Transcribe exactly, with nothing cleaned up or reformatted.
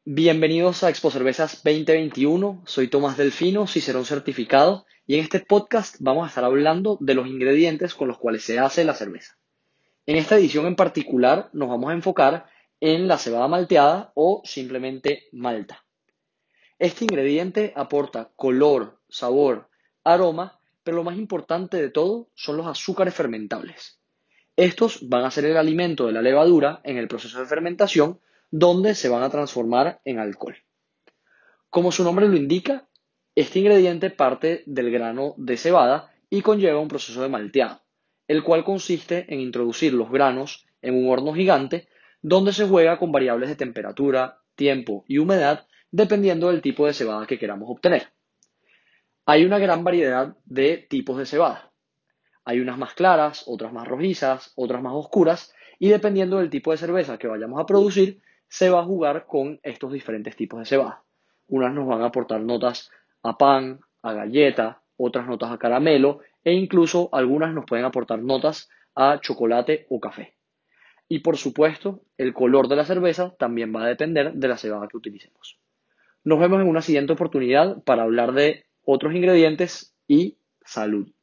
Bienvenidos a Expo Cervezas veinte veintiuno. Soy Tomás Delfino, Cicerón certificado, y en este podcast vamos a estar hablando de los ingredientes con los cuales se hace la cerveza. En esta edición en particular nos vamos a enfocar en la cebada malteada o simplemente malta. Este ingrediente aporta color, sabor, aroma, pero lo más importante de todo son los azúcares fermentables. Estos van a ser el alimento de la levadura en el proceso de fermentación, donde se van a transformar en alcohol. Como su nombre lo indica, este ingrediente parte del grano de cebada y conlleva un proceso de malteado, el cual consiste en introducir los granos en un horno gigante donde se juega con variables de temperatura, tiempo y humedad dependiendo del tipo de cebada que queramos obtener. Hay una gran variedad de tipos de cebada. Hay unas más claras, otras más rojizas, otras más oscuras, y dependiendo del tipo de cerveza que vayamos a producir, se va a jugar con estos diferentes tipos de cebada. Unas nos van a aportar notas a pan, a galleta, otras notas a caramelo, e incluso algunas nos pueden aportar notas a chocolate o café. Y por supuesto, el color de la cerveza también va a depender de la cebada que utilicemos. Nos vemos en una siguiente oportunidad para hablar de otros ingredientes y salud.